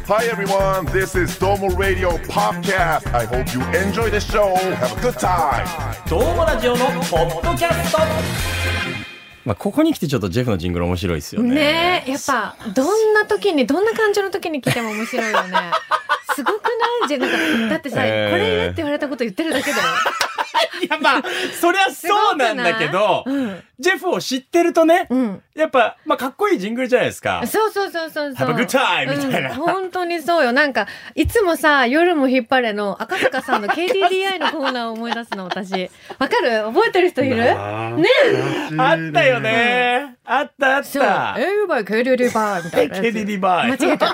Hi everyone, this is Domo Radio Podcast. I hope you enjoy the show. Have a good time. どうもラジオのポッドキャスト。まあ、ここに来てちょっとジェフのジングル面白いですよね。 ねえ、やっぱどんな時にどんな感情の時に聞いても面白いよね。すごくない？なんかだってさ、これ言えって言われたこと言ってるだけだよ。 いやまあそりゃそうなんだけど、ジェフを知ってるとね、やっぱまあかっこいいジングルじゃないですか。 そうそうそうそう。 Have a good time みたいな。 本当にそうよ。なんかいつもさ、夜も引っ張れの赤坂さんの KDDI のコーナーを思い出すの私。わかる？覚えてる人いる？ね。 あったよね。あったあった。 そう。au by KDDI みたいな。 KDDI。 間違えた。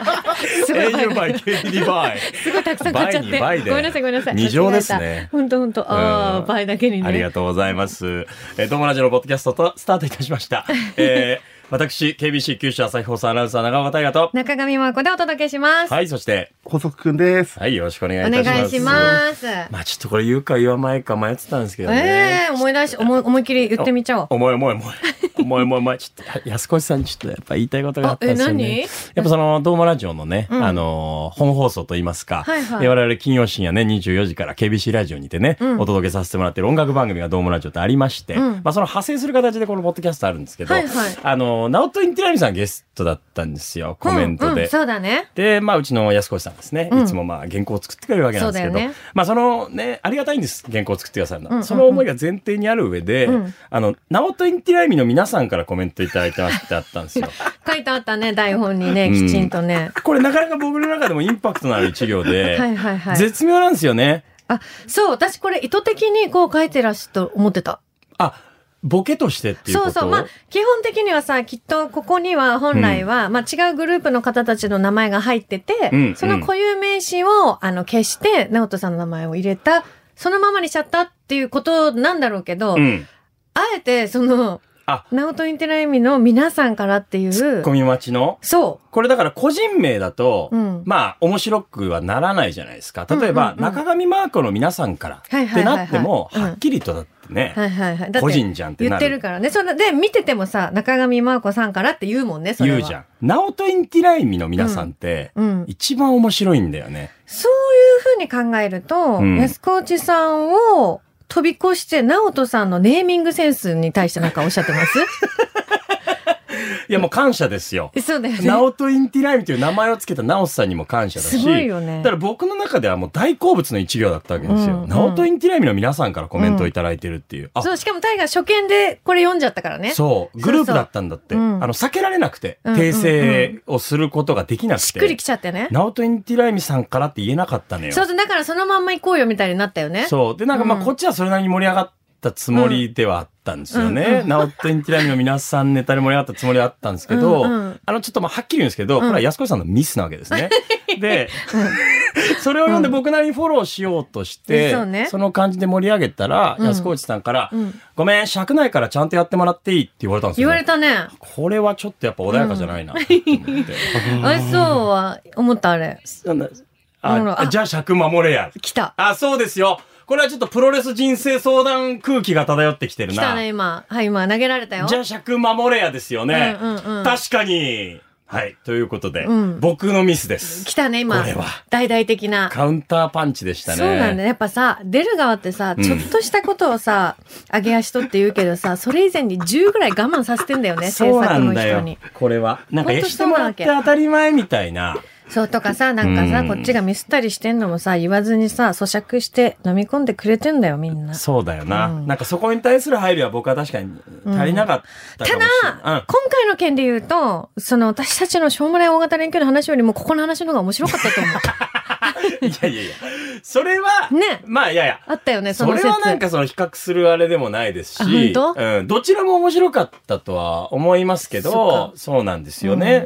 au by KDDI。 すごいたくさん買っちゃって。ごめんなさいごめんなさい。 2乗ですね。 本当本当。ああ倍だけにね。 ありがとうございます。どうもラジオのポッドキャストとスタートいたしました。私 KBC 九州朝日放送アナウンサー長岡大和と中上真子でお届けします。 はい、そして補足くんです。 はい、よろしくお願いいたします。 お願いします。 まあちょっとこれ言うか言わないか迷ってたんですけどね。 思いっきり言ってみちゃおう。 思いちょっと安越さんにちょっとやっぱ言いたいことがあったんですよね。 何？ やっぱそのどうもラジオのね、本放送といいますか、我々金曜深夜ね24時から KBC ラジオにてね、お届けさせてもらっている音楽番組がどうもラジオってありまして、まあその派生する形でこのポッドキャストあるんですけど、ナオトインティラミさんゲストだったんですよ、コメントで。 そうだね。 で、まあうちの安越さんですね、いつもまあ原稿を作ってくれるわけなんですけど、まあそのね、ありがたいんです、原稿を作ってくださるの。その思いが前提にある上で、ナオトインティラミの皆さんからコメントいただいてましてあったんですよ。 書いてあったね、台本にね、きちんとね。 これなかなか僕の中でもインパクトのある一行で、絶妙なんですよね。 あ、そう、私これ意図的にこう書いてらっしゃると思ってた。 あ、ボケとしてっていうこと？ そうそう。まあ、基本的にはさ、きっとここには本来は、まあ違うグループの方たちの名前が入ってて、その固有名詞を消して、直人さんの名前を入れた、そのままにしちゃったっていうことなんだろうけど、あえてその、ナオトインティライミの皆さんからっていう。ツッコミ待ちの？ そう。 これだから個人名だと、まあ面白くはならないじゃないですか。例えば、中上マーコの皆さんからってなっても、はっきりとだってね、個人じゃんってなる。 言ってるからね。それで、見ててもさ、中上マーコさんからって言うもんね、それは。 言うじゃん。ナオトインティライミの皆さんって、一番面白いんだよね。 そういうふうに考えると、安河内さんを、飛び越して、直人さんのネーミングセンスに対してなんかおっしゃってます？ いやもう感謝ですよ。 そうだよね。 ナオトインティライミという名前をつけたナオスさんにも感謝だし。 すごいよね。 だから僕の中ではもう大好物の一行だったわけですよ。ナオトインティライミの皆さんからコメントをいただいてるっていう。 そう、しかもタイが初見でこれ読んじゃったからね。 そう、グループだったんだって。避けられなくて、訂正をすることができなくて。 しっくりきちゃってね。 ナオトインティライミさんからって言えなかったのよ。 そうそう、だからそのまんま行こうよみたいになったよね。 そう。で、なんかまあこっちはそれなりに盛り上がったつもりではあったんですよね。ナオトインティライミの皆さんネタで盛り上がったつもりはあったんですけど、ちょっとまあはっきり言うんですけど、これは安越さんのミスなわけですね。で、それを読んで僕なりにフォローしようとして、その感じで盛り上げたら、安越さんから、ごめん、尺ないからちゃんとやってもらっていいって言われたんですよ。 言われたね。 これはちょっとやっぱ穏やかじゃないなと思って。 そうは思ったあれ。 じゃあ尺守れや。 来た。 そうですよ。これはちょっとプロレス人生相談空気が漂ってきてるな。 来たね、今。はい、今投げられたよ。 じゃあ尺守れやですよね。確かに。はい。ということで、僕のミスです。 来たね、今。 これは。 大々的な。 カウンターパンチでしたね。 そうなんだ。やっぱさ、出る側ってさ、ちょっとしたことをさ、上げ足取って言うけどさ、それ以前に10ぐらい我慢させてんだよね、制作の人に。そうなんだよ。 これは。なんか、してもらって当たり前みたいな。 そうとかさ、なんかさ、こっちがミスったりしてんのもさ、言わずにさ、咀嚼して飲み込んでくれてんだよ、みんな。 そうだよな。なんかそこに対する配慮は僕は確かに足りなかったかもしれない。 ただ、今回の件で言うと、その私たちのしょうもない大型連休の話よりも、ここの話の方が面白かったと思う。 いや。それは、ね。まあ、いや。 あったよね、その説。 それはなんかその比較するあれでもないですし、どちらも面白かったとは思いますけど、そうなんですよね。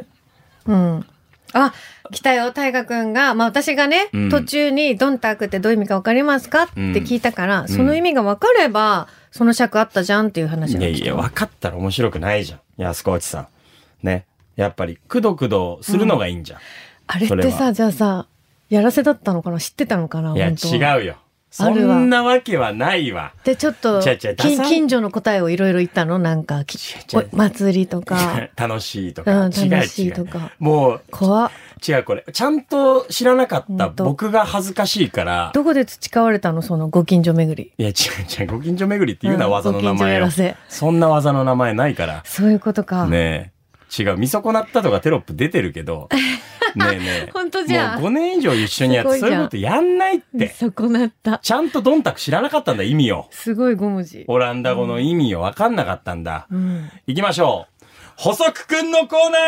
来たよ、大河くんが。まあ私がね、途中にドンタクってどういう意味か分かりますかって聞いたから、その意味が分かれば、その尺あったじゃんっていう話が来た。 いや、分かったら面白くないじゃん。安河内さん。ね。やっぱり、くどくどするのがいいんじゃん。 あれってさ、じゃあさ、やらせだったのかな？知ってたのかな？ いや、違うよ。そんなわけはないわ。 で、ちょっと、近所の答えをいろいろ言ったの？なんか、祭りとか。 楽しいとか。 楽しいとか。 もう、 怖っ。 違うこれ。ちゃんと知らなかった僕が恥ずかしいから。 どこで培われたのそのご近所巡り。 いや、違う。ご近所巡りっていうのは技の名前よ。そんな技の名前ないから。 そういうことか。 ねえ。違う。見損なったとかテロップ出てるけど。ねえねえ。 本当じゃん。 もう5年以上一緒にやって、そういうことやんないって。 見損なった。 ちゃんとドンタク知らなかったんだ、意味を。 すごい5文字。 オランダ語の意味を分かんなかったんだ。行きましょう。補足くんのコーナ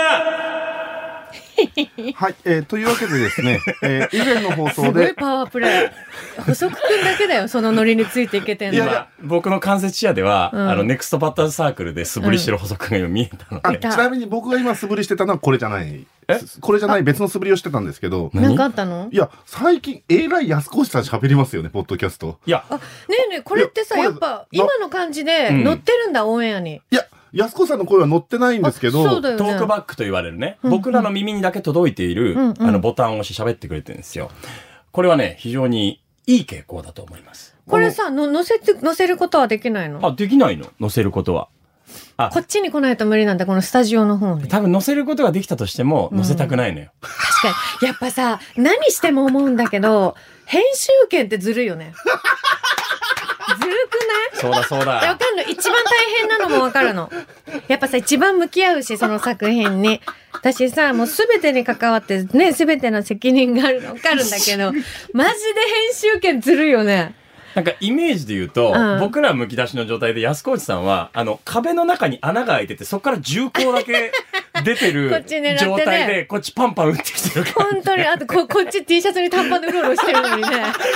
ーはい、というわけでですね、以前の放送で。 すごいパワープレイ。補足くんだけだよ、そのノリについていけてんの。 僕の間接視野では、ネクストバッターズサークルで素振りしてる補足くんが今見えたので。 ちなみに僕が今素振りしてたのはこれじゃない。これじゃない別の素振りをしてたんですけど。 なんかあったの？ いや、最近、らい安越さん喋りますよね、ポッドキャスト。 いや。 ねえねえ、これってさ、やっぱ、今の感じで乗ってるんだ、オンエアに。 いや、安子さんの声は載ってないんですけど、 そうだよね、 トークバックと言われるね、僕らの耳にだけ届いている、ボタンを押して喋ってくれてるんですよ。これはね、非常にいい傾向だと思います。 これさ、載せることはできないの？ できないの？載せることは。 こっちに来ないと無理なんだ、このスタジオの方に。 多分載せることができたとしても、載せたくないのよ。 確かに。やっぱさ、何しても思うんだけど、編集権ってずるいよね。ずるくない？ そうだ。 わかんない。一番大変なのもわかるの。やっぱさ、一番向き合うし、その作品に。私さ、もうすべてに関わってね、すべての責任があるのわかるんだけど、マジで編集権ずるいよね。 なんかイメージで言うと、僕らむき出しの状態で安河内さんは、壁の中に穴が開いてて、そこから銃口だけ出てる状態で、こっちパンパン打ってきてるから。 本当に、あとこっち T シャツに短パンでうろうろしてるのにね。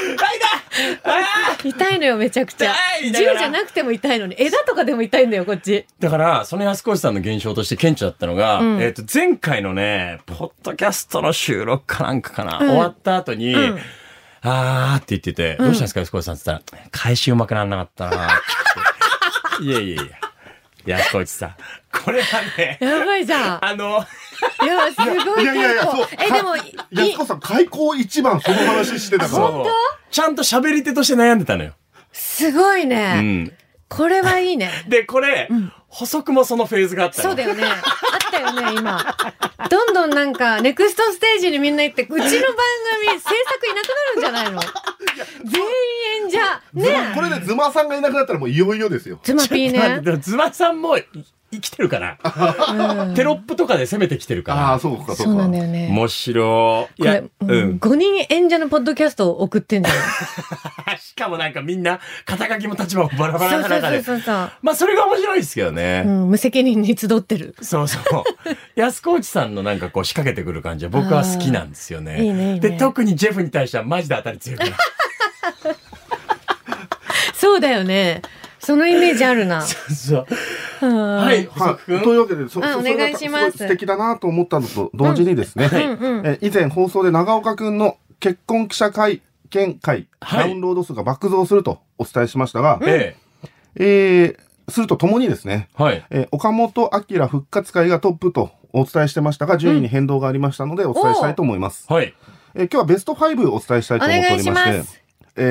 痛いのよ、めちゃくちゃ。銃じゃなくても痛いのに、枝とかでも痛いんだよ、こっち。 だから、その安河内さんの現象として顕著だったのが、前回のね、ポッドキャストの収録かなんかかな、終わった後に、って言ってて、どうしたんですか、安河内さんって言ったら、返しうまくならなかったなって。いや。安河内さん。これはね。 やばいじゃん。いや、すごい。 いや、そう。 でも、 安河さん、開口一番その話してたから。 本当？ ちゃんと喋り手として悩んでたのよ。 すごいね。これはいいね。 で、これ、補足もそのフェーズがあったの。 そうだよね。あったよね、今。どんどんなんか、ネクストステージにみんな行って、うちの番組、制作いなくなるんじゃないの？全員演者。 ね。これでズマさんがいなくなったらもういよいよですよ。 ズマピーね。 ズマさんも生きてるから。テロップとかで攻めてきてるから。 そうか。 そうなんだよね。 面白い。いや、 5人演者のポッドキャストを送ってんじゃん。しかもなんかみんな、肩書きも立場もバラバラな中で。 そう。 まあそれが面白いですけどね。 無責任に集ってる。 そう。安河内さんのなんかこう仕掛けてくる感じは僕は好きなんですよね。 いいね。 で、特にジェフに対してはマジで当たり強いから。 そうだよね。そのイメージあるな。 そう。はい。 というわけで、 お願いします。 素敵だなと思ったのと同時にですね、以前放送で長岡くんの結婚記者会見会、ダウンロード数が爆増するとお伝えしましたが、するとともにですね、岡本明復活会がトップとお伝えしてましたが、順位に変動がありましたのでお伝えしたいと思います。今日はベスト5をお伝えしたいと思っておりまして、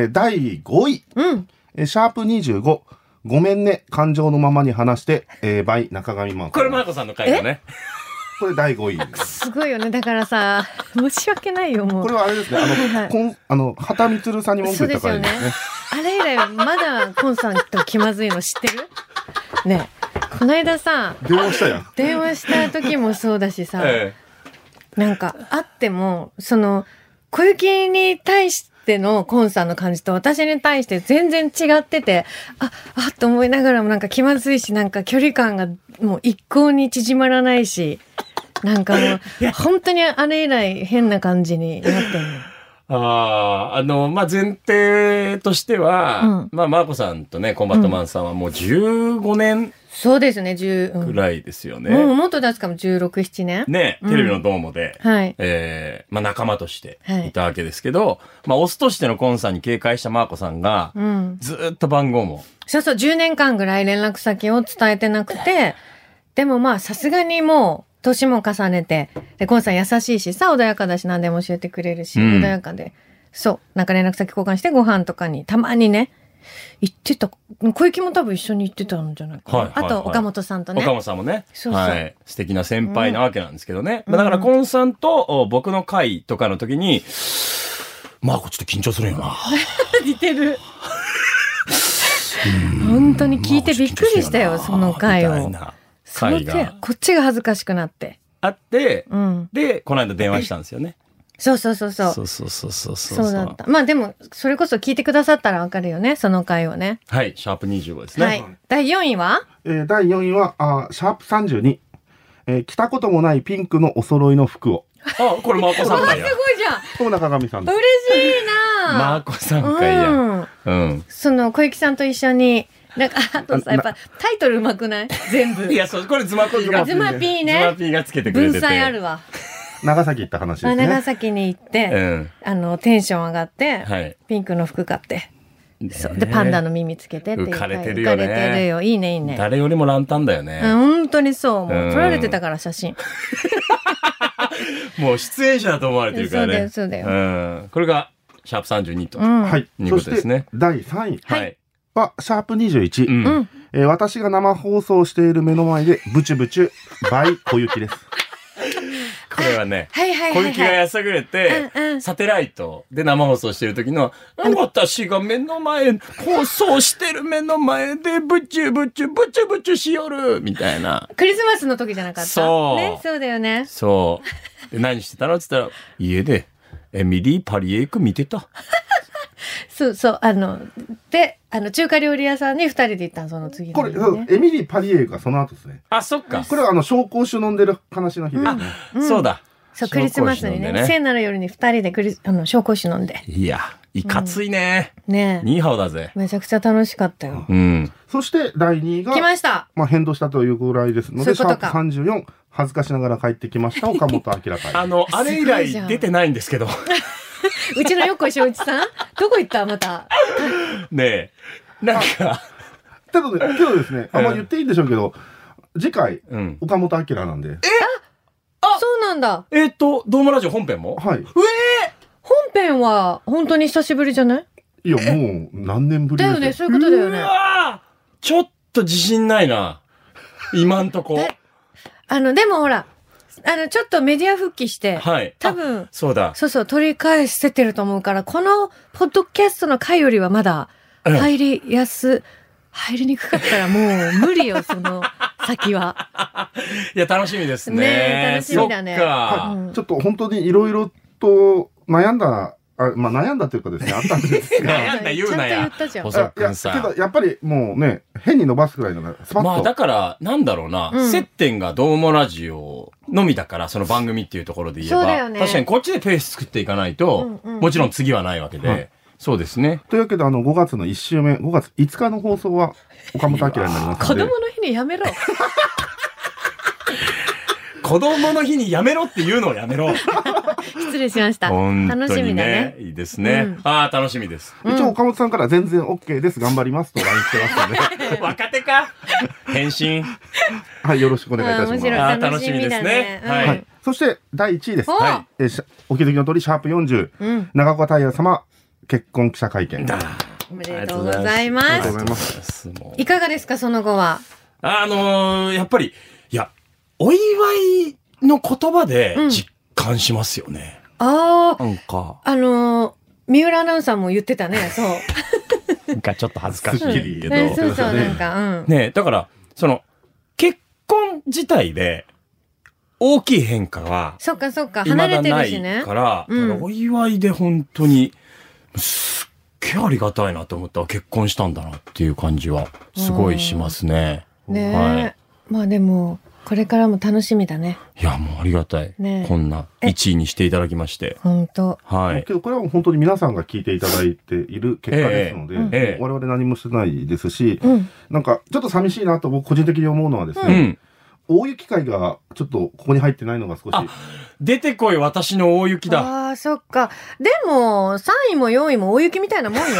第5位、シャープ25、ごめんね、感情のままに話して、by 中上真子。 これ真子さんの回だね。 これ第5位。 すごいよね。だからさ、申し訳ないよ、もう。 これはあれですね。畑充さんに文句言った回ですね。 あれ以来、まだコンさんと気まずいの知ってる？ねえ、この間さ、 電話したやん。 電話した時もそうだしさ、なんか、あっても、小雪に対してのコンさんの感じと私に対して全然違ってて、と思いながらもなんか気まずいし、なんか距離感がもう一向に縮まらないし、なんかもう、本当にあれ以来変な感じになってるの。 前提としては、マーコさんとね、コンバットマンさんはもう15年。 そうですね、 ぐらいですよね。 もっと経つかも、16、7年。 ね、テレビのドームで、仲間としていたわけですけど、オスとしてのコンさんに警戒したマーコさんが、ずっと番号も。 そう、10年間ぐらい連絡先を伝えてなくて、でもさすがにもう、年も重ねて、で、コンさん優しいしさ、穏やかだし何でも教えてくれるし、穏やかで。そう、なんか連絡先交換してご飯とかにたまにね、 行ってた。小雪も多分一緒に行ってたんじゃないかな。 はいはいはい、 あと、岡本さんとね。 岡本さんもね。 そうそう。 はい。素敵な先輩なわけなんですけどね。だから、コンさんと僕の会とかの時に、まあ、ちょっと緊張するよな。 似てる。本当に聞いてびっくりしたよ、その回を。その手、こっちが恥ずかしくなって。 あって、で、この間電話したんですよね。 そうそうそうそう。そうだった。まあでも、それこそ聞いてくださったらわかるよね、その回をね。 はい、シャープ25ですね。はい。 第4位は第4位は、シャープ32。着たこともないピンクのお揃いの服を。 あ、これマーコさん会や。 すごいじゃん。 友中上さん。 嬉しいなマーコさん会や。うん。 その、小雪さんと一緒に、なんか、あとさ、やっぱ、タイトルうまくない全部。 いや、そう、これズマピーが。 ズマピーね。 ズマピーがつけてくれてて。 文才あるわ。 長崎行った話ですね。 長崎に行って、テンション上がって、ピンクの服買って、そうで、パンダの耳つけてっていう。 浮かれてるよね。 浮かれてるよ。いいね、いいね。 誰よりもランタンだよね。 本当にそう。もう撮られてたから、写真。 もう出演者だと思われてるからね。 そうだよ。 これが、シャープ32と。 はい。 いうことですね。 第3位。はい。は、シャープ21。私が生放送している目の前で、ブチュブチュ、by 小雪です。 これはね、小雪がやさぐれて、サテライトで生放送してる時の、私が目の前、放送してる目の前で、ブチュブチュ、ブチュブチュしよるみたいな。 クリスマスの時じゃなかった？ そう。 ね、そうだよね。 そう。で、何してたのって言ったら、家で、エミリー・パリエイク見てた。 そうそう、で、中華料理屋さんに2人で行ったその次の日、 ね。これ、エミリー・パリエイクがその後ですね。 あ、そっか。 これは紹興酒飲んでる話の日ですね。 そうだ。 そう、クリスマスにね、聖なる夜に2人で紹興酒飲んで。 いや、いかついね。 ねニーハオだぜ。 めちゃくちゃ楽しかったよ。 そして第2位が、 来ました。 まあ変動したというぐらいですので、シャープ34、恥ずかしながら帰ってきました、岡本明会。 あれ以来出てないんですけど。 うちの横井翔一さんどこ行ったまた。 ねえ。なんか。 けどですね、言っていいんでしょうけど、次回、岡本明なんで。 そうなんだ。 ドームラジオ本編もはい。 本編は本当に久しぶりじゃない？ いや、もう何年ぶりですだよね、そういうことだよね。 ちょっと自信ないな。今んとこ。 でもほら、ちょっとメディア復帰して、多分、 そうだ。 そう、取り返せてると思うから、このポッドキャストの回よりはまだ入りにくかったらもう無理よ、その先は。 いや、楽しみですね。 ね、楽しみだね。 ちょっと本当にいろいろと悩んだというかですね、あったんですが。 悩んだ言うなや。 細くんさ。けど、やっぱりもうね、変に伸ばすくらいのが、スパッと。 まあ、だから、なんだろうな、接点がどうもラジオのみだから、その番組っていうところで言えば、確かにこっちでペース作っていかないと、もちろん次はないわけで、そうですね。 というわけで、5月の1週目、5月5日の放送は、岡本明になりますので。子供の日にやめろ。 子供の日にやめろっていうのをやめろ。 失礼しました。楽しみだね。 いいですね。楽しみです。 一応岡本さんから全然 OK です。頑張りますと LINE してますので。 若手か返信。 はい、よろしくお願いいたします。 楽しみですね。 はい。そして第1位です。はい。お気づきの通り、シャープ40。長岡大也様、結婚記者会見。 おめでとうございます。ありがとうございます。いかがですか、その後は。 やっぱり、お祝いの言葉で実感しますよね。なんか。 三浦アナウンサーも言ってたね、そう。 なんかちょっと恥ずかしいけど。 そう、なんか、 ね、だから、結婚自体で、大きい変化は、 そっか、離れてるしね。 から、お祝いで本当に、すっげえありがたいなと思ったら結婚したんだなっていう感じは、すごいしますね。 ねえ。まあでも、これからも楽しみだね。 いや、もうありがたい。こんな1位にしていただきまして。 本当。 はい。 けどこれは本当に皆さんが聞いていただいている結果ですので、我々何もしてないですし、なんかちょっと寂しいなと僕個人的に思うのはですね、大雪会がちょっとここに入ってないのが少し。 出てこい私の大雪だ。 ああ、そっか。でも、3位も4位も大雪みたいなもんよ。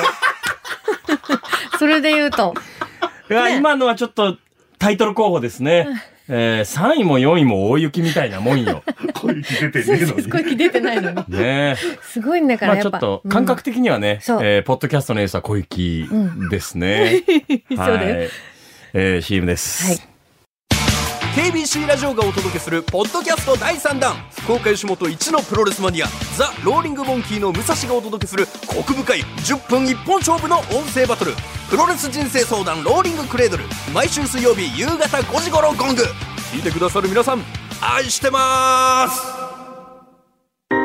それで言うと。 今のはちょっとタイトル候補ですね。 3位も4位も大雪みたいなもんよ。 小雪出てねえのに。 小雪出てないのに。 ねすごいんだからやっぱ。 ちょっと感覚的にはね、ポッドキャストのエースは小雪ですね。 そうだよ。 CM です。 はい。 KBC ラジオがお届けするポッドキャスト第3弾、福岡吉本一のプロレスマニアザ・ローリングモンキーの武蔵がお届けするコク深い10分一本勝負の音声バトル、プロレス人生相談ローリングクレードル、毎週水曜日夕方5時頃ゴング。聞いてくださる皆さん愛してます。 どう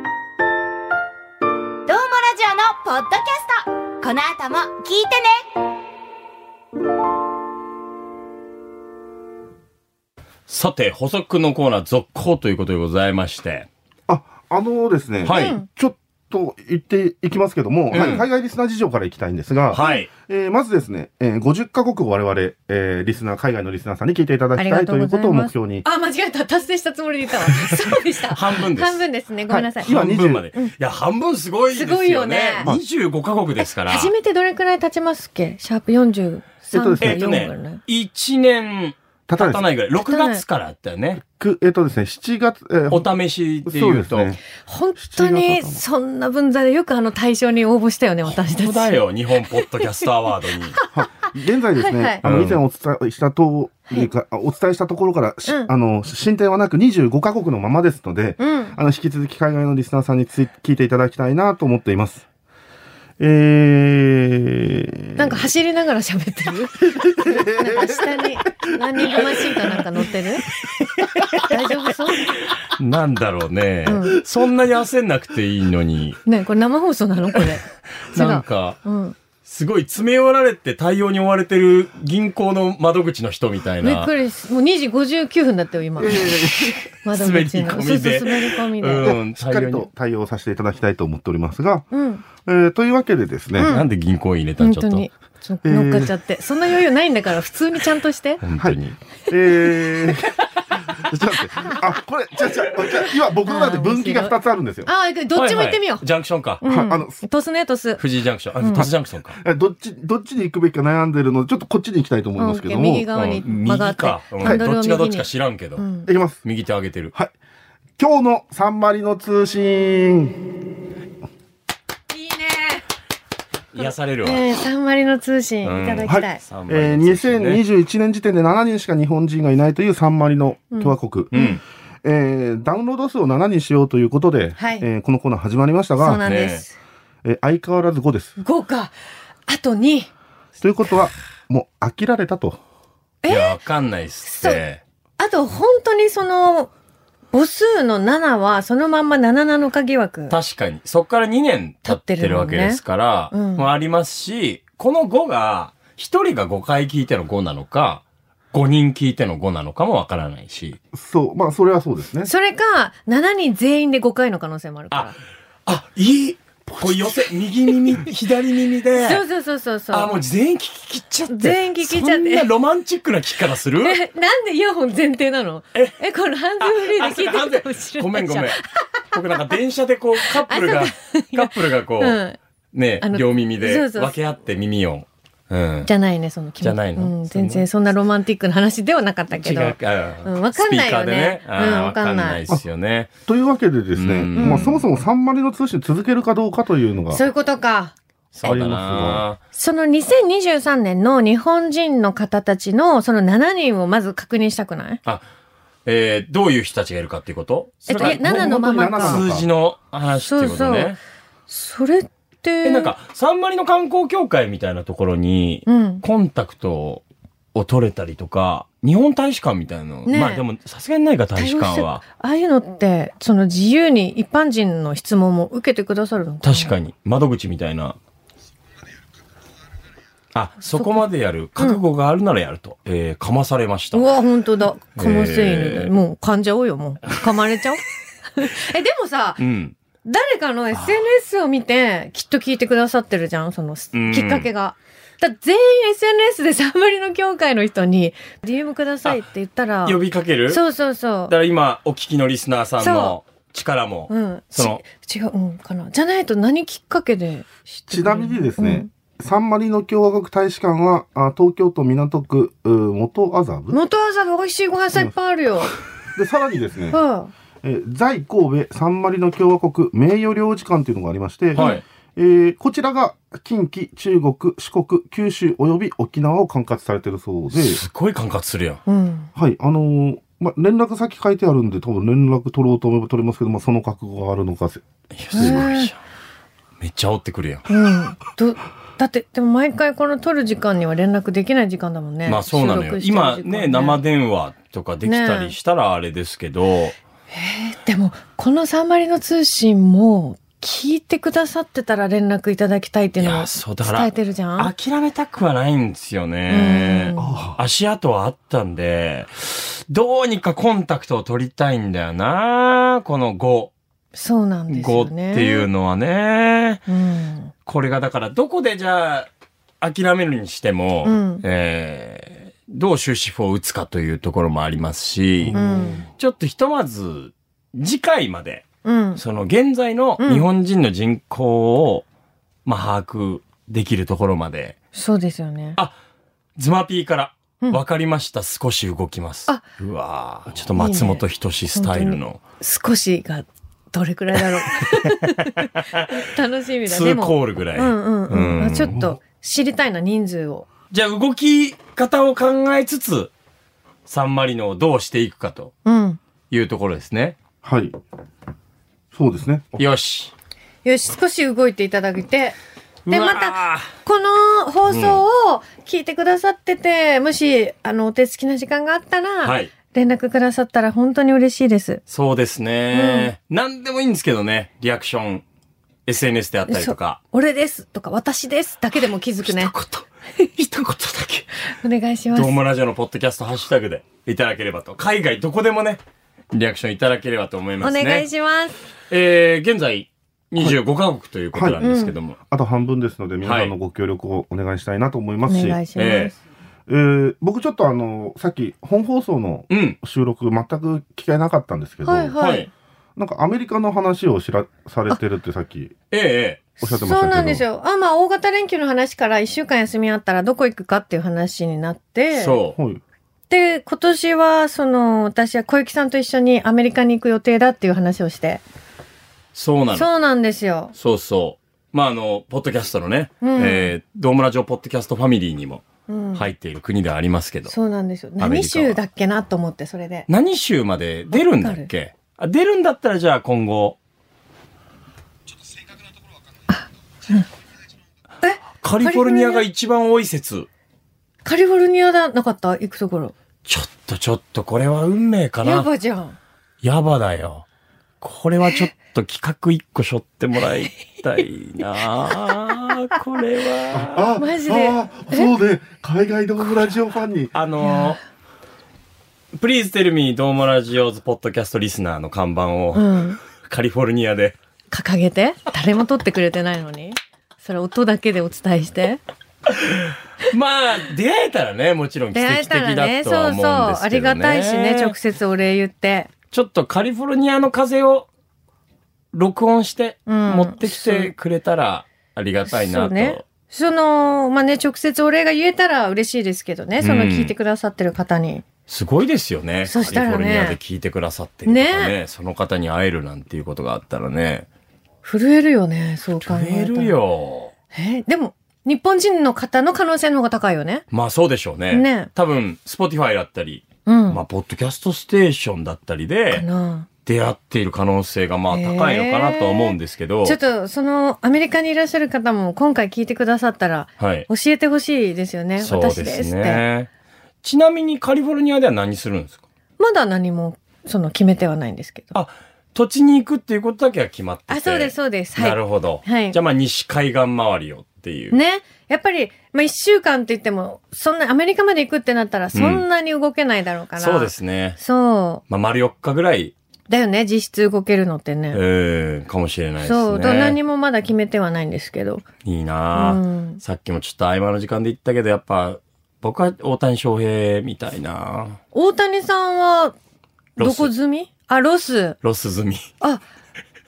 もラジオのポッドキャスト、この後も聞いてね。 さて、補足のコーナー続行ということでございまして。 ですね、 はい。 ちょっと言っていきますけども、はい、海外リスナー事情からいきたいんですが、 はい。 まずですね、50カ国を我々、リスナー、海外のリスナーさんに聞いていただきたいということを目標に。 間違えた。達成したつもりでいたわ。そうでした。 半分です。 半分ですね。ごめんなさい。 今半分まで。いや、半分すごいですよね。すごいよね。25カ国ですから。 初めてどれくらい経ちますっけ？シャープ43か4ぐらい。 1年経たないぐらい。6月からあったよね。 ですね、7月、 お試しで言うと。 本当に、そんな分際でよく対象に応募したよね、私たち。 本当だよ、日本ポッドキャストアワードに。 現在ですね、以前お伝えしたお伝えしたところから、進展はなく25カ国のままですので、引き続き海外のリスナーさんに聞いていただきたいなと思っています。 なんか走りながら喋ってるなんか下にランニングマシンかなんか乗ってる大丈夫そうなんだろうね、そんなに焦んなくていいのに。 ね、これ生放送なのこれ。 なんか、すごい詰め寄られて対応に追われてる銀行の窓口の人みたいな。 びっくりし、もう2時59分だったよ、今。窓口の。 滑り込みで。 滑り込みで。 しっかりと対応させていただきたいと思っておりますが、というわけでですね。 なんで銀行員入れたんちょっと。 本当に。乗っかっちゃって。そんな余裕ないんだから普通にちゃんとして。 本当に。 これ、今僕の中で分岐が2つあるんですよ。 どっちも行ってみよう。 ジャンクションか。 トスね、トス。 富士ジャンクション。トスジャンクションか。 どっちに行くべきか悩んでるので、ちょっとこっちに行きたいと思いますけども。 右側に曲がって。 どっちがどっちか知らんけど。 いきます。 右手上げてる。 はい。今日のサンマリノ通信。 癒されるわ。 サンマリノ通信いただきたい。 2021年時点で7人しか日本人がいないというサンマリノ共和国。ダウンロード数を7にしようということで、このコーナー始まりましたが、 そうなんです。 相変わらず5です。 5か。あと2。 ということは、もう飽きられたと。 いや、わかんないっすって。 あと本当に母数の7はそのまんま77日疑惑。 確かに。そっから2年経ってるわけですから、もありますし、この5が、1人が5回聞いての5なのか、5人聞いての5なのかもわからないし。 そう、それはそうですね。 それか、7人全員で5回の可能性もあるから。 いいこう寄せ、右耳、左耳で。 そう。 もう全員聞き切っちゃって。 全員聞き切っちゃって。 そんなロマンチックな聞き方する？ なんでイヤホン前提なの？このハンズフリーで聞いてるかもしれない。 ごめん。僕なんか電車でこう、カップルがこう、ね、両耳で分け合って耳を。 じゃないね、その気持ち。 じゃないの？ 全然そんなロマンティックな話ではなかったけど。 違う。 わかんないよね。 わかんないですよね。 というわけでですね、そもそもサンマリノ通信続けるかどうかというのが。 そういうことか。 そうだな。 その2023年の日本人の方たちのその7人をまず確認したくない？ どういう人たちがいるかっていうこと？ 7のままか。 数字の話っていうことね。 それなんか、サンマリノ観光協会みたいなところに、コンタクトを取れたりとか、日本大使館みたいなの。でも、さすがにないか、大使館は。 ああいうのって、自由に一般人の質問も受けてくださるのかな？ 確かに。窓口みたいな。そこまでやる。覚悟があるならやると。かまされました。 うわ、本当だ。かませ犬。もう噛んじゃおうよ、もう。噛まれちゃおう。でもさ、誰かの SNS を見て、きっと聞いてくださってるじゃん、その、きっかけが。全員 SNS でサンマリノ協会の人に DM くださいって言ったら。 呼びかける？ そう。 だから今、お聞きのリスナーさんの力も。 違う、かな。じゃないと何きっかけでちなみにですね、 サンマリノ共和国大使館は、東京都港区、元麻布。 元麻布美味しいご飯屋さんいっぱいあるよ。 で、さらにですね、 うん在神戸サンマリノ共和国名誉領事館というのがありまして、 はいこちらが近畿、中国、四国、九州および沖縄を管轄されているそうで、 すごい管轄するやん。 うん。 はい、連絡先書いてあるんで、多分連絡取ろうと思えば取れますけど、その覚悟があるのか。 いや、すごいじゃん。めっちゃ煽ってくるやん。 だって、でも毎回この撮る時間には連絡できない時間だもんね。 まあそうなのよ。今ね、生電話とかできたりしたらあれですけど。 でも、このサンマリノ通信も、聞いてくださってたら連絡いただきたいっていうのを伝えてるじゃん。 諦めたくはないんですよね。足跡はあったんで、どうにかコンタクトを取りたいんだよな、この5。 そうなんですよね。 5っていうのはね。 うん、 これがだからどこでじゃあ諦めるにしても、どう終止符を打つかというところもありますし、ちょっとひとまず次回まで、その現在の日本人の人口を、把握できるところまで。 そうですよね。 ズマピーから、わかりました、少し動きます。うわー、ちょっと松本人志スタイルの。 少しが、どれくらいだろう。楽しみだね。 2コールぐらい。 ちょっと知りたいな、人数を。 じゃあ動き方を考えつつ、サンマリノをどうしていくかというところですね。 はい。そうですね。 よし。 よし、少し動いていただいて。で、また、この放送を聞いてくださってて、もし、お手つきな時間があったら、連絡くださったら本当に嬉しいです。 そうですね。何でもいいんですけどね。リアクション、SNS であったりとか。 俺ですとか、私ですだけでも気づくね。 一言だけ。 お願いします。 ドームラジオのポッドキャストハッシュタグでいただければと。海外どこでもね、リアクションいただければと思いますね。 お願いします。 現在、25カ国ということなんですけども。 あと半分ですので、皆さんのご協力をお願いしたいなと思いますし。 お願いします。 僕ちょっとさっき本放送の収録全く聞けなかったんですけど、なんかアメリカの話をされてるってさっきおっしゃってましたけど。 そうなんですよ。大型連休の話から1週間休みあったらどこ行くかっていう話になって、 そう。 で、今年は私は小雪さんと一緒にアメリカに行く予定だっていう話をして。 そうなの。 そうなんですよ。 そうそう。ポッドキャストのね、ドームラジオポッドキャストファミリーにも入っている国ではありますけど。 そうなんですよ。何州だっけなと思って、それで。 何州まで出るんだっけ？出るんだったらじゃあ今後。ちょっと正確なところわかんない。カリフォルニアが一番多い説。 カリフォルニアだなかった行くところ。 ちょっと、これは運命かな。 ヤバじゃん。 ヤバだよ。これはちょっと企画一個背負ってもらいたいなこれは。 マジで。 そうね。海外ドームラジオファンに。 Please tell me ドームラジオズポッドキャストリスナーの看板を、カリフォルニアで。 掲げて誰も撮ってくれてないのに。それ音だけでお伝えして。 出会えたらね、もちろん奇跡的だとは思うんですけどね。そう。 ありがたいしね、直接お礼言って。 ちょっとカリフォルニアの風を録音して持ってきてくれたらありがたいなと。 直接お礼が言えたら嬉しいですけどね、聞いてくださってる方に。 すごいですよね。 そしたらね、 カリフォルニアで聞いてくださってるとかね、その方に会えるなんていうことがあったらね。 震えるよね、そう考えたら。 震えるよ。 でも、日本人の方の可能性の方が高いよね。 そうでしょうね。 ね。 多分、Spotify だったり、ポッドキャストステーションだったりで、出会っている可能性が高いのかなとは思うんですけど。 ちょっと、アメリカにいらっしゃる方も今回聞いてくださったら、教えてほしいですよね。私ですって。 ちなみにカリフォルニアでは何するんですか？ まだ何も、決めてはないんですけど。 土地に行くっていうことだけは決まってて。 そうです、そうです。 なるほど。じゃあ西海岸周りをっていう。 ね。やっぱり、1週間って言っても、そんな、アメリカまで行くってなったら、そんなに動けないだろうから。 そうですね。 そう。 丸4日ぐらい。 だよね、実質動けるのってね。 かもしれないですね。そう。 何もまだ決めてはないんですけど。 いいなさっきもちょっと合間の時間で言ったけど、やっぱ、僕は大谷翔平みたいな。 大谷さんは、どこ済み？ロス。 ロス済み。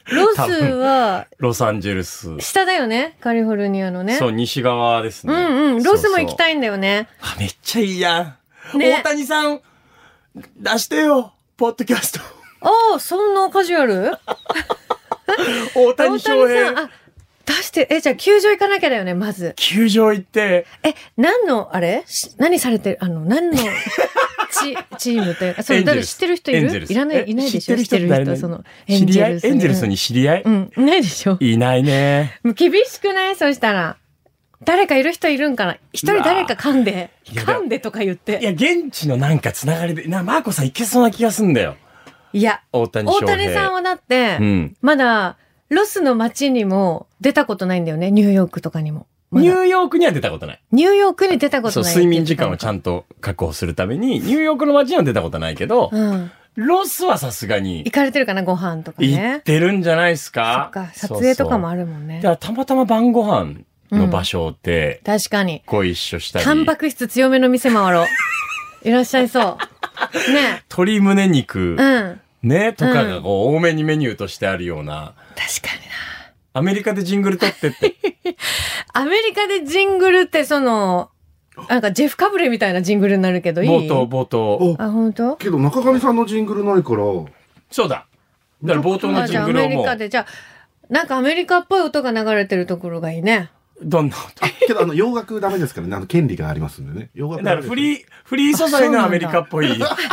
ロスは、 ロサンゼルス。 下だよね。カリフォルニアのね。 そう、西側ですね。 ロスも行きたいんだよね。 あ、めっちゃいいやん。大谷さん、出してよ、ポッドキャスト。 ああ、そんなカジュアル大谷翔平。 あ、出して、じゃあ球場行かなきゃだよね、まず。 球場行って。 何されてる何のチームというか、誰知ってる人いる？いないでしょ？知ってる人、その、 エンゼルスに知り合い？ いないでしょ？ いないね。 厳しくない？そしたら。誰かいる人いるんかな？一人誰か噛んでとか言って。 いや、現地のなんかつながりで、マーコさんいけそうな気がすんだよ。 いや、大谷さんはだって、まだ、ロスの街にも出たことないんだよね。ニューヨークとかにも。 ニューヨークには出たことない。 ニューヨークに出たことない。 そう、睡眠時間をちゃんと確保するために、ニューヨークの街には出たことないけど、ロスはさすがに。 行かれてるかな、ご飯とかね。 行ってるんじゃないですか？ そっか、撮影とかもあるもんね。 だからたまたま晩ご飯の場所って、 確かに。 ご一緒したり。 タンパク質強めの店回ろう。いらっしゃいそう。ね。 鶏胸肉。ね、とかがこう、多めにメニューとしてあるような。 確かにな。 アメリカでジングル撮ってって。 アメリカでジングルってなんかジェフ・カブレみたいなジングルになるけどいい？ 冒頭。 あ、本当？ けど中上さんのジングルないから。 そうだ。だから冒頭のジングルをもう。 アメリカで、じゃあ、なんかアメリカっぽい音が流れてるところがいいね。 どんな音？ けど洋楽ダメですからね。権利がありますんでね。洋楽だからフリー素材のアメリカっぽい。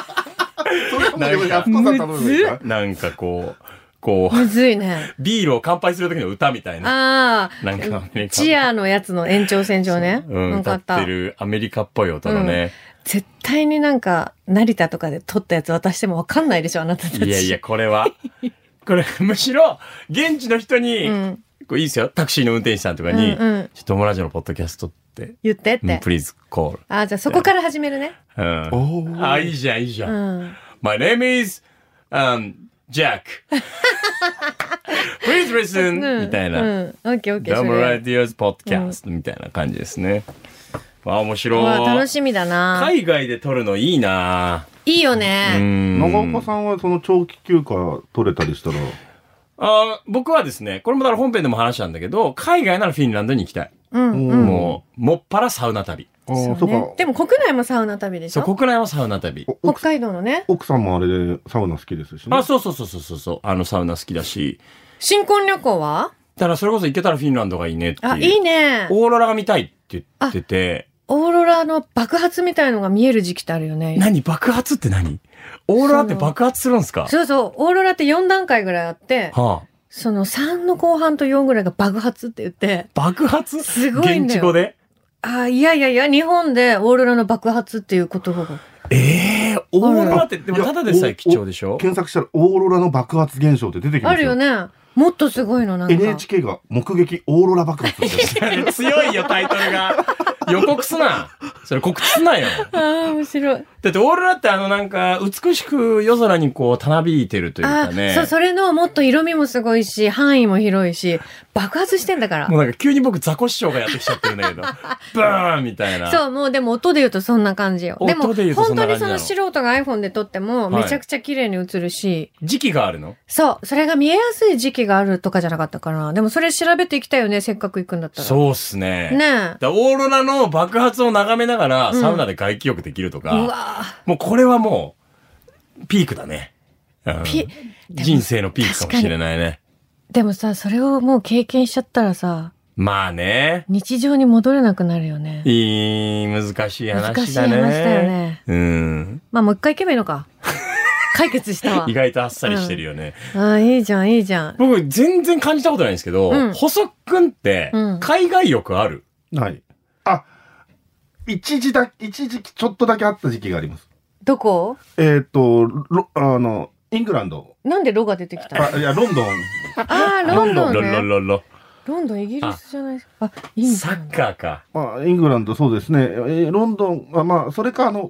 なんかこう。 むずいね。 ビールを乾杯する時の歌みたいな。なんかアメリカ。 チアのやつの延長線上ね。 歌ってるアメリカっぽい音のね。 絶対になんか、成田とかで撮ったやつ渡してもわかんないでしょ、あなたたち。 いや、これむしろ、現地の人に、これいいですよ。タクシーの運転手さんとかに、ちょっと友達のポッドキャストって言ってって。 Please call。 じゃあそこから始めるね。 いいじゃん。My name is, Jack. Please listen! みたいな。 OK。 Double Radio's Podcast みたいな感じですね。面白い。 楽しみだな。 海外で撮るのいいな。 いいよね。 長岡さんはその長期休暇取れたりしたら？ 僕はですね、これもだから本編でも話したんだけど、海外ならフィンランドに行きたい。もっぱらサウナ旅。 そうね。でも国内もサウナ旅でしょ？ そう、国内はサウナ旅。 北海道のね。 奥さんもあれでサウナ好きですしね。 そう。サウナ好きだし。 新婚旅行は？ だからそれこそ行けたらフィンランドがいいねっていう。 いいね。 オーロラが見たいって言ってて。 オーロラの爆発みたいのが見える時期ってあるよね。 爆発って何？オーロラって爆発するんですか？ そう。オーロラって4段階ぐらいあって、その3の後半と4ぐらいが爆発って言って。 爆発？ すごいんだよ。 現地語で？ いや、日本でオーロラの爆発っていう言葉が。 オーロラって、でもただでさえ貴重でしょ？ 検索したらオーロラの爆発現象って出てきますよ。 あるよね。もっとすごいのなんか。 NHK が目撃オーロラ爆発強いよ、タイトルが。予告すな。それ告知すなよ。 面白い。 だってオーロラってなんか、美しく夜空にこう、たなびいてるというかね。 それのもっと色味もすごいし、範囲も広いし、爆発してんだから。 もうなんか急に僕、ザコシショウがやってきちゃってるんだけど、ブーンみたいな。 そう、もうでも音で言うとそんな感じよ。でも、 本当にその素人が iPhone で撮っても、めちゃくちゃ綺麗に映るし。 時期があるの？ そう、それが見えやすい時期があるとかじゃなかったかな。でもそれ調べていきたいよね、せっかく行くんだったら。 そうっすね。 ねえ。オーロラの爆発を眺めながら、サウナで外気浴できるとか。 うわもうこれはもう、ピークだね。人生のピークかもしれないね。 でもさ、それをもう経験しちゃったらさ、 まあね。 日常に戻れなくなるよね。 難しい話だね。 難しい話だよね。まあもう一回行けばいいのか。解決したわ。 意外とあっさりしてるよね。 いいじゃん。 僕全然感じたことないんですけど、細くんって海外欲ある？ ない。一時期ちょっとだけあった時期があります。 どこ？ イングランド。 なんでロが出てきた？ いや、ロンドン。 ロンドンね。 ロンドン、イギリスじゃないですか。イングランド。 サッカーか。 イングランド、そうですね。ロンドンは、それか東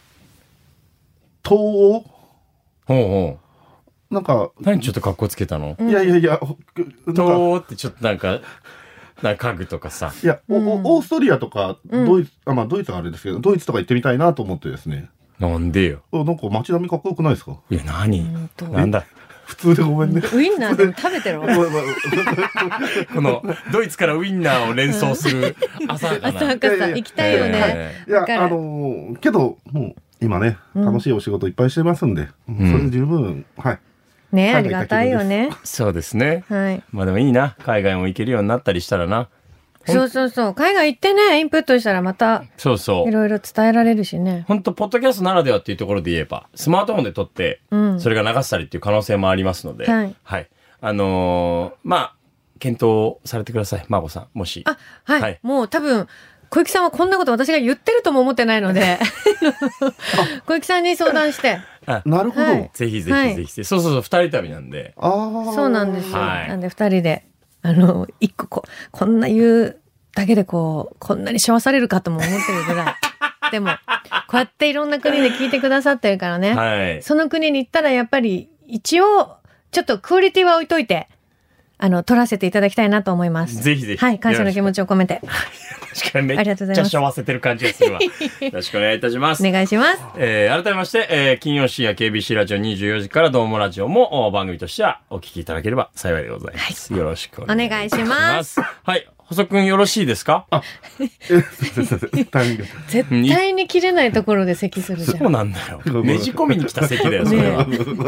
欧。 ほう。なんか。 何ちょっと格好つけたの？ いや。 東欧ってちょっとなんか家具とかさ。 いや、オーストリアとか、ドイツはあれですけど、ドイツとか行ってみたいなと思ってですね。 なんでよ。 なんか街並みかっこよくないですか？ いや、なんだ。 普通でごめんね。 ウインナーでも食べてろ。 このドイツからウインナーを連想する浅はかな。 浅はかさ行きたいよね。 いや、けど、もう、今ね、楽しいお仕事いっぱいしてますんで、それで十分、はい。 ね、ありがたいよね。 そうですね。 はい。 まあでもいいな。海外も行けるようになったりしたらな。 そうそうそう。海外行ってね、インプットしたらまた、 そうそう。 いろいろ伝えられるしね。 本当ポッドキャストならではっていうところで言えば、スマートフォンで撮って、それが流したりっていう可能性もありますので、はい。はい。まあ、検討されてください。マーゴさん、もし。 あ、はい。はい、もう多分、小雪さんはこんなこと私が言ってるとも思ってないので、小雪さんに相談して。 なるほど。はい、 ぜひぜひぜひ、そうそうそう、二人旅なんで。 そうなんですよ。はい、なんで二人で、一個こんな言うだけでこんなにしわされるかとも思ってるぐらい。でも、こうやっていろんな国で聞いてくださってるからね。はい。その国に行ったらやっぱり、一応、ちょっとクオリティは置いといて、撮らせていただきたいなと思います。 ぜひぜひ。 はい、感謝の気持ちを込めて。 確かにめっちゃしゃわせてる感じがするわ。よろしくお願いいたします。 お願いします。 改めまして、金曜深夜 KBC ラジオ24時からどうもラジオも番組としてはお聞きいただければ幸いでございます。はい、よろしくお願いします。はい。細くんよろしいですか？ 絶対に切れないところで咳するじゃん。 そうなんだよ。ねじ込みに来た咳だよ、それは。ごめん。オ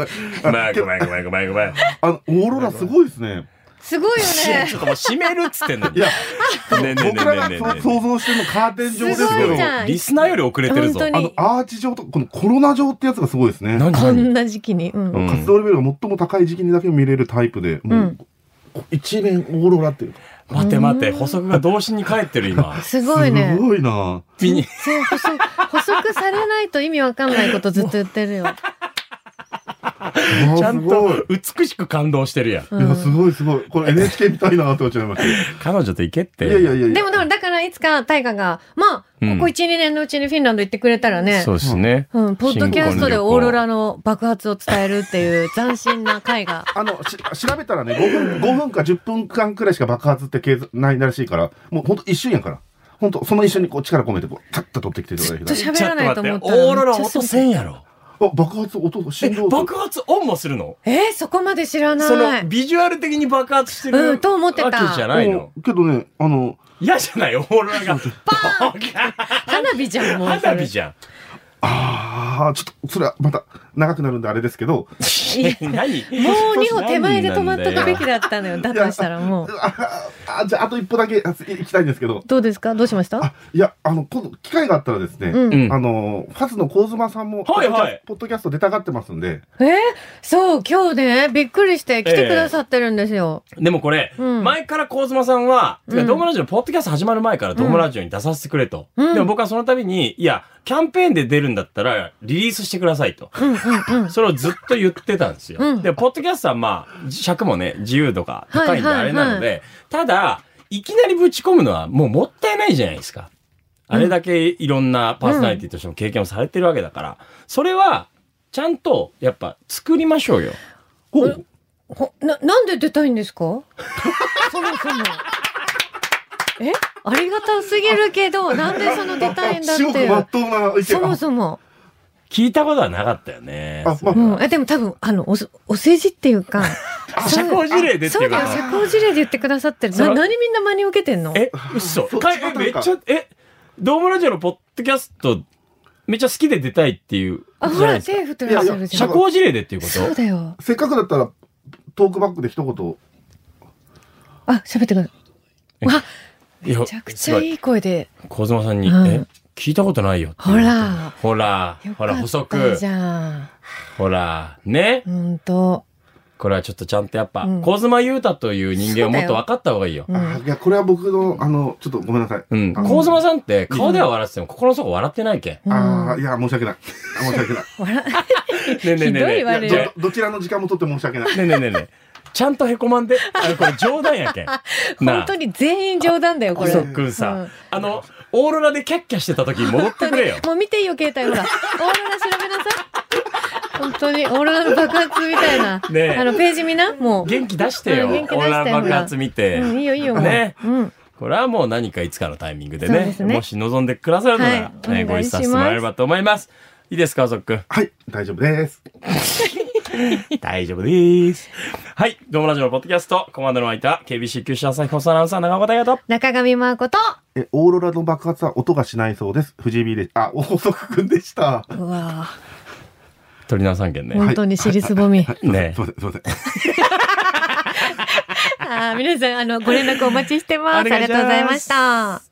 ーロラすごいですね。 すごいよね。 ちょっともう閉めるっつってんのに。いや、 僕らが想像してるのカーテン状ですけど、 リスナーより遅れてるぞ。 アーチ状とこのコロナ状ってやつがすごいですね。 こんな時期に。 活動レベルが最も高い時期にだけ見れるタイプで、もう一面オーロラっていう。 待て、補足が童心に帰ってる今。 すごいね。 すごいな。 補足されないと意味わかんないことずっと言ってるよ。 ちゃんと美しく感動してるやん。 いや、すごいすごい。これ NHK みたいなって思っちゃいました。 彼女と行けって。 いや。 でもだからいつか大河が、まあ、ここ1、2年のうちにフィンランド行ってくれたらね。 そうですね。 ポッドキャストでオーロラの爆発を伝えるっていう斬新な回が。 調べたらね、5分か10分間くらいしか爆発ってないらしいから、もうほんと一瞬やから。本当その一瞬に瞬込めてカッと取ってきていただいて。 ずっと喋らないと思ったら。 オーロラ音せんやろ。 爆発音、振動。 爆発音もするの？ そこまで知らない。 その、ビジュアル的に爆発してる。 と思ってた。 わけじゃないの。 けどね、 嫌じゃないオーロラが。 パーン花火じゃん、もう。 花火じゃん。 ちょっと、それはまた長くなるんであれですけど。 何？ もう2歩手前で止まっとくべきだったのよ。だとしたらもう。 じゃあ、あと一歩だけ行きたいんですけど。 どうですか？どうしました？ いや、今度、機会があったらですね、ファズの香妻さんも、ポッドキャスト出たがってますんで。 そう、今日ね、びっくりして来てくださってるんですよ。 でもこれ、前から香妻さんは、ドームラジオ、ポッドキャスト始まる前からドームラジオに出させてくれと。でも僕はその度に、いや、キャンペーンで出るんだったら、リリースしてくださいと。それをずっと言ってたんですよ。で、ポッドキャストはまあ、尺もね、自由度が高いんであれなので、ただ、いきなりぶち込むのはもうもったいないじゃないですか。あれだけいろんなパーソナリティとしても経験をされてるわけだから、それは、ちゃんと、やっぱ、作りましょうよ。 なんで出たいんですか？そもそも。ありがたすぎるけど、なんでその出たいんだっていう。そもそも。 聞いたことはなかったよね。 でも多分、お世辞っていうか。 社交辞令でっていうか。 そうだよ、社交辞令で言ってくださってる。何みんな真に受けてんの？ 嘘。めっちゃ、ドームラジオのポッドキャスト、めっちゃ好きで出たいっていう。 ほら、手振ってらっしゃるじゃん。 社交辞令でっていうこと？ そうだよ。 せっかくだったら、トークバックで一言。 喋ってください。めちゃくちゃいい声で。 小妻さんに、聞いたことないよ。 ほら、 補足。ほら、ね。これはちょっとちゃんとやっぱ、小妻優太という人間をもっと分かった方がいいよ。 いや、これは僕の、ちょっとごめんなさい。 小妻さんって顔では笑ってても、心の底笑ってないけん。 いや、申し訳ない。申し訳ない。 ねどちらの時間も取って申し訳ない。 ね。ちゃんとへこまんで。これ冗談やけん。 本当に全員冗談だよ、これ。 そっくんさ。オーロラでキャッキャしてた時に戻ってくれよ。 もう見ていいよ、携帯ほら。オーロラ調べなさい。本当に、オーロラの爆発みたいな。ページ見なもう。 元気出してよ。オーロラの爆発見て。 いいよ、いいよ。 ね。これはもう何かいつかのタイミングでね。もし望んでくださるなら、ご一緒させてもらえればと思います。いいですか、そっくん。 はい、大丈夫です。 大丈夫です。はい。どうもラジオのポッドキャスト、コマンドの相手は KBC 九州朝日放送アナウンサー長岡大和と中上真子とオーロラの爆発は音がしないそうです。藤井 B です。あ、大徳くんでした。 うわ鳥縄3件ね。 本当に尻すぼみ。 ね。すいません。 皆さん、ご連絡お待ちしてます。ありがとうございました。